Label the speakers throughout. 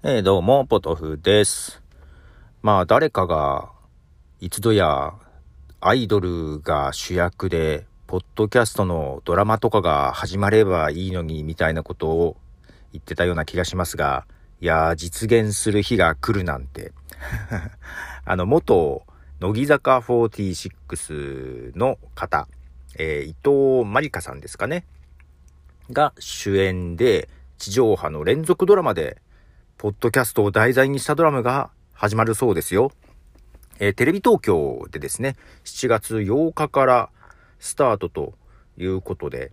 Speaker 1: どうも、ポトフです。誰かが一度やアイドルが主役で、ポッドキャストのドラマとかが始まればいいのにみたいなことを言ってたような気がしますが、実現する日が来るなんて。元乃木坂46の方、伊藤まりかさんですかね。が主演で、地上波の連続ドラマで、ポッドキャストを題材にしたドラマが始まるそうですよ。テレビ東京でですね、7月8日からスタートということで、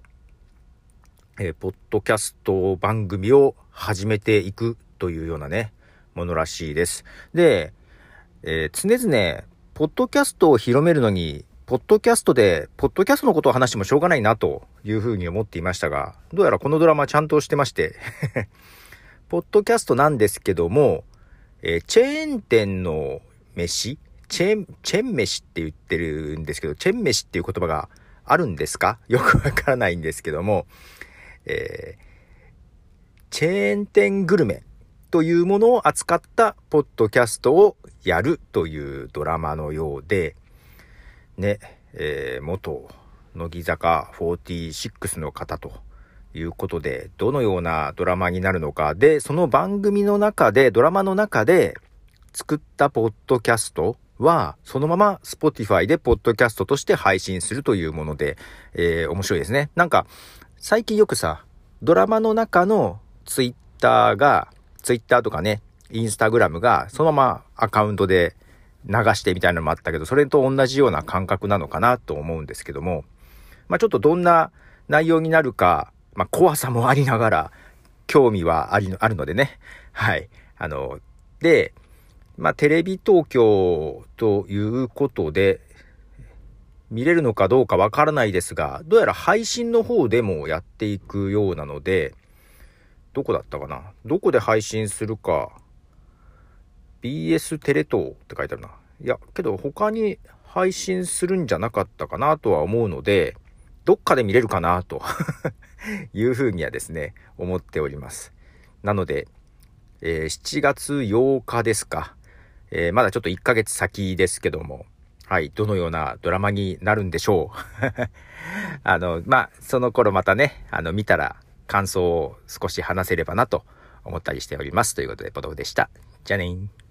Speaker 1: ポッドキャスト番組を始めていくというようなね、ものらしいです。で、常々、ポッドキャストを広めるのに、ポッドキャストのことを話してもしょうがないなというふうに思っていましたが、どうやらこのドラマちゃんとしてましてポッドキャストなんですけども、チェーン店の飯、チェーン飯って言ってるんですけど、チェーン飯っていう言葉があるんですか？よくわからないんですけども、チェーン店グルメというものを扱ったポッドキャストをやるというドラマのようで、ね、元乃木坂46の方ということで、どのようなドラマになるのかで、その番組の中で、ドラマの中で作ったポッドキャストはそのまま Spotify でポッドキャストとして配信するというもので、面白いですね。なんか最近よくさ、ドラマの中のツイッターとかね、インスタグラムがそのままアカウントで流してみたいなのもあったけど、それと同じような感覚なのかなと思うんですけども、ちょっとどんな内容になるか、怖さもありながら興味はあるのでね。はい。で、テレビ東京ということで見れるのかどうかわからないですが、どうやら配信の方でもやっていくようなので、どこだったかな？どこで配信するか、BS テレ東って書いてあるな。いや、けど他に配信するんじゃなかったかなとは思うので、どっかで見れるかなというふうにはですね、思っております。なので、7月8日ですか。まだちょっと1ヶ月先ですけども、はい、どのようなドラマになるんでしょう。その頃またね、見たら感想を少し話せればなと思ったりしております。ということで、ポトフでした。じゃあねー。